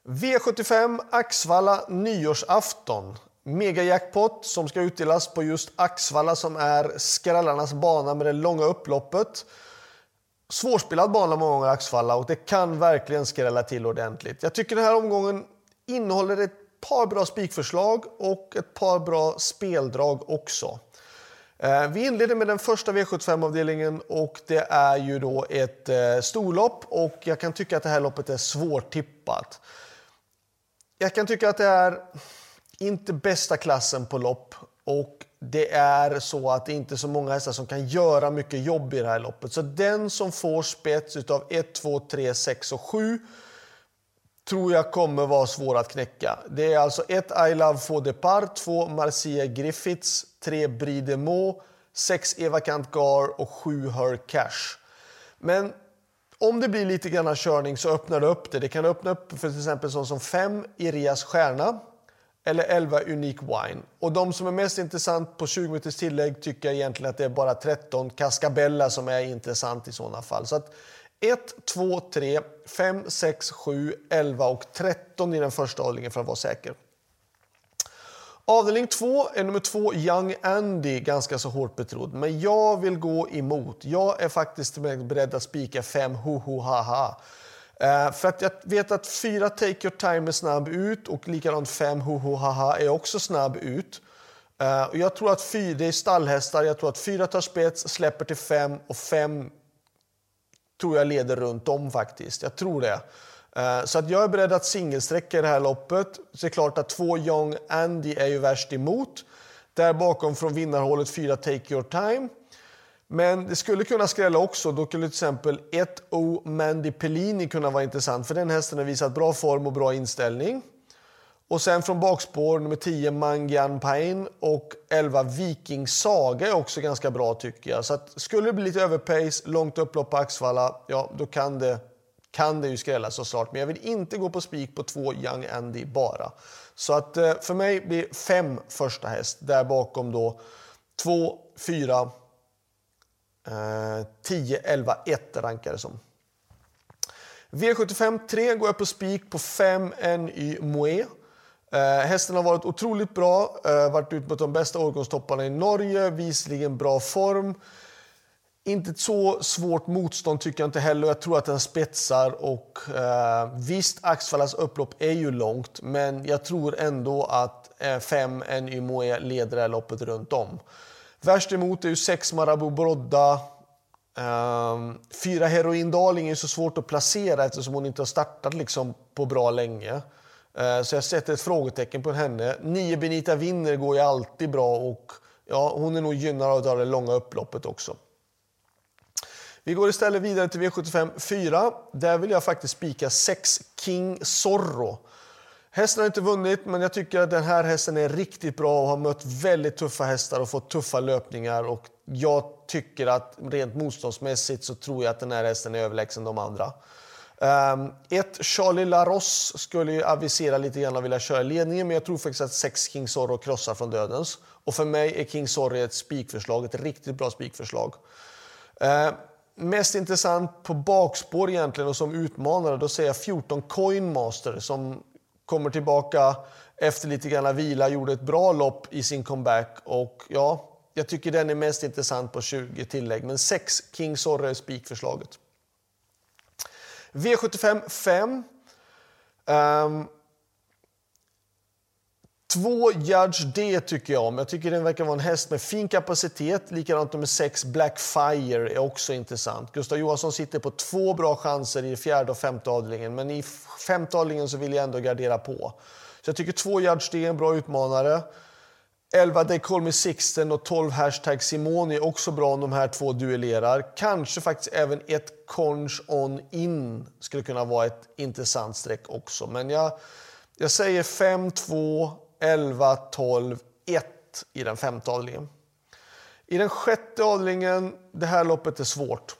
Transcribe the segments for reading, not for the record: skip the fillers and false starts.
V75 Axvalla nyårsafton. Mega jackpot som ska utdelas på just Axvalla som är skrallarnas bana med det långa upploppet. Svårspelad bana många gånger Axvalla och det kan verkligen skrälla till ordentligt. Jag tycker den här omgången innehåller ett par bra spikförslag och ett par bra speldrag också. Vi inleder med den första V75-avdelningen och det är ju då ett storlopp och jag kan tycka att det här loppet är svårtippat. Jag kan tycka att det är inte bästa klassen på lopp och det är så att det inte är så många hästar som kan göra mycket jobb i det här loppet. Så den som får spets utav 1, 2, 3, 6 och 7 tror jag kommer vara svår att knäcka. Det är alltså 1 I Love Faux Depart, 2 Marcia Griffiths, 3 Bridemo, 6 Eva Kantgar och 7 Her Cash. Men om det blir lite grann körning så öppnar det upp det. Det kan öppna upp för till exempel sån som 5 Irias Stjärna eller 11 Unique Wine. Och de som är mest intressant på 20 minuters tillägg tycker jag egentligen att det är bara 13 Cascabella som är intressant i sådana fall. Så att 1, 2, 3, 5, 6, 7, 11 och 13 i den första avdelningen för att vara säker. Avdelning 2 är nummer 2 Young Andy ganska så hårt betrodd. Men jag vill gå emot. Jag är faktiskt beredd att spika 5 Ho Ho Ha Ha. För att jag vet att 4 Take Your Time är snabb ut och likadant 5 Ho Ho Ha Ha är också snabb ut. Och jag tror att 4, det är stallhästar. Jag tror att 4 tar spets, släpper till 5 och 5 tror jag leder runt om faktiskt. Jag tror det. Så att jag är beredd att singelsträcka i det här loppet. Så det är klart att 2 Young Andy är ju värst emot. Där bakom från vinnarhållet 4 Take Your Time. Men det skulle kunna skrälla också. Då skulle till exempel 1 O Mandy Pellini kunna vara intressant. För den hästen har visat bra form och bra inställning. Och sen från bakspår nummer 10 Mangian Pain och 11 Viking Saga är också ganska bra tycker jag. Så att skulle det bli lite överpace, långt upplopp på Axvalla, ja då kan det ju skrälla så klart. Men jag vill inte gå på spik på 2 Young Andy bara. Så att för mig blir 5 första häst. Där bakom då 2, 4, 10, 11, 1 rankade som. V75 3 går jag på spik på 5 NY Moe. Hästen har varit otroligt bra, varit ut mot de bästa årgångstopparna i Norge, visligen bra form. Inte ett så svårt motstånd tycker jag inte heller. Jag tror att den spetsar och visst Axvallas upplopp är ju långt men jag tror ändå att 5 NY Moe leder det här loppet runt om. Värst emot är ju 6 Marabou Brodda. 4 Heroin Darling är så svårt att placera eftersom hon inte har startat liksom på bra länge. Så jag sätter ett frågetecken på henne. 9 Benita Winner går ju alltid bra och ja, hon är nog gynnad av det långa upploppet också. Vi går istället vidare till V75 4. Där vill jag faktiskt spika 6 King Zorro. Hästen har inte vunnit men jag tycker att den här hästen är riktigt bra och har mött väldigt tuffa hästar och fått tuffa löpningar. Och jag tycker att rent motståndsmässigt så tror jag att den här hästen är överlägsen de andra. 1 Charlie Larosse skulle ju avisera lite grann och vilja köra ledningen men jag tror faktiskt att 6 King Zorro krossar från dödens. Och för mig är King Zorro ett spikförslag, ett riktigt bra spikförslag. Mest intressant på bakspår egentligen och som utmanare då säger jag 14 Coinmaster som kommer tillbaka efter lite grann vila, gjorde ett bra lopp i sin comeback och ja, jag tycker den är mest intressant på 20 tillägg men 6 King Zorro är spikförslaget. V75 5 2 Judge D tycker jag om. Jag tycker den verkar vara en häst med fin kapacitet. Likadant nummer 6 Blackfire är också intressant. Gustav Johansson sitter på 2 bra chanser i 4:e och 5:e avdelningen. Men i 5:e avdelningen så vill jag ändå gardera på. Så jag tycker 2 Judge D är en bra utmanare. 11 They Call Me Sixten och 12 Hashtag Simone är också bra om de här 2 duellerar. Kanske faktiskt även 1 Conch On In skulle kunna vara ett intressant streck också. Men jag säger 5, 2, 11, 12, 1 i den 5:e avdelningen. I den 6:e avdelningen, det här loppet är svårt.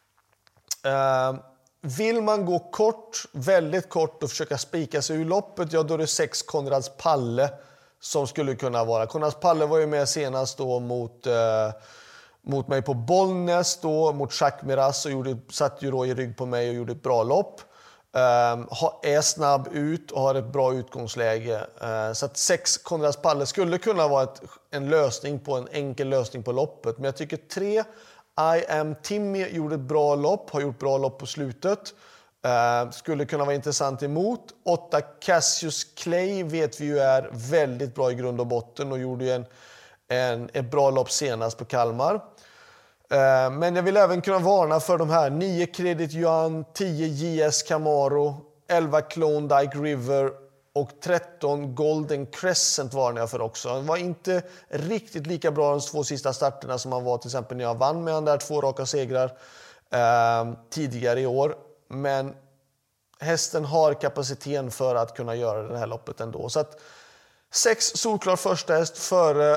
Vill man gå kort, väldigt kort och försöka spika sig ur loppet, ja då är det 6 Konrads Palle som skulle kunna vara. Konrads Palle var ju med senast då mot mig på Bollnäs då, mot Jacques Miras och satt ju då i rygg på mig och gjorde ett bra lopp. Är snabb ut och har ett bra utgångsläge. Så att 6 Konrads Palle skulle kunna vara en enkel lösning på loppet. Men jag tycker 3 I Am Timmy gjorde ett bra lopp, har gjort bra lopp på slutet. Skulle kunna vara intressant emot. 8 Cassius Clay vet vi ju är väldigt bra i grund och botten och gjorde ju ett bra lopp senast på Kalmar. Men jag vill även kunna varna för de här 9 Credit Yuan, 10 JS Camaro, 11 Klondike River och 13 Golden Crescent varnar jag för också. Han var inte riktigt lika bra de 2 sista starterna som han var till exempel när jag vann med han där 2 raka segrar tidigare i år. Men hästen har kapaciteten för att kunna göra det här loppet ändå. Så att 6 solklar första häst före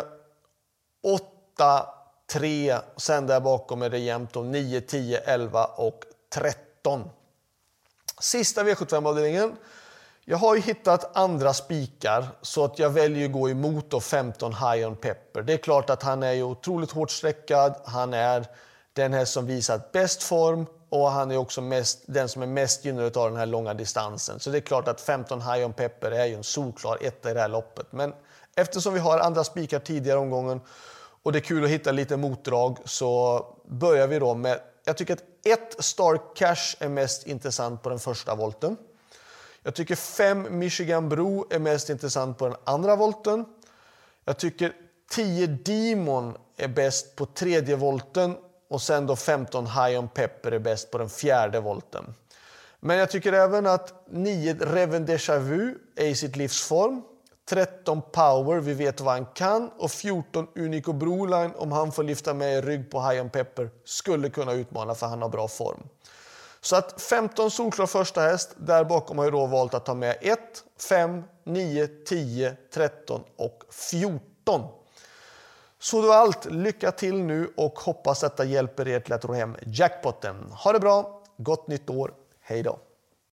8 3, sen där bakom är det jämnt om 9, 10, 11 och 13. Sista V75-avdelningen. Jag har ju hittat andra spikar så att jag väljer att gå emot då 15 High on Pepper. Det är klart att han är ju otroligt hårt sträckad. Han är den här som visat bäst form och han är också den som är mest gynnad av den här långa distansen. Så det är klart att 15 High on Pepper är ju en solklar etta i det här loppet. Men eftersom vi har andra spikar tidigare omgången och det är kul att hitta lite motdrag så börjar vi då med, jag tycker att 1 Star Cash är mest intressant på den första volten. Jag tycker 5 Michigan Bro är mest intressant på den andra volten. Jag tycker 10 Demon är bäst på tredje volten och sen då 15 High on Pepper är bäst på den fjärde volten. Men jag tycker även att 9 Reven Déjà Vu är i sitt livsform. 13 Power, vi vet vad han kan. Och 14 Unico Broline, om han får lyfta med i rygg på High on Pepper, skulle kunna utmana för han har bra form. Så att 15 solklar första häst, där bakom har jag då valt att ta med 1, 5, 9, 10, 13 och 14. Så det var allt. Lycka till nu och hoppas detta hjälper er till att ro hem jackpotten. Ha det bra, gott nytt år, hej då!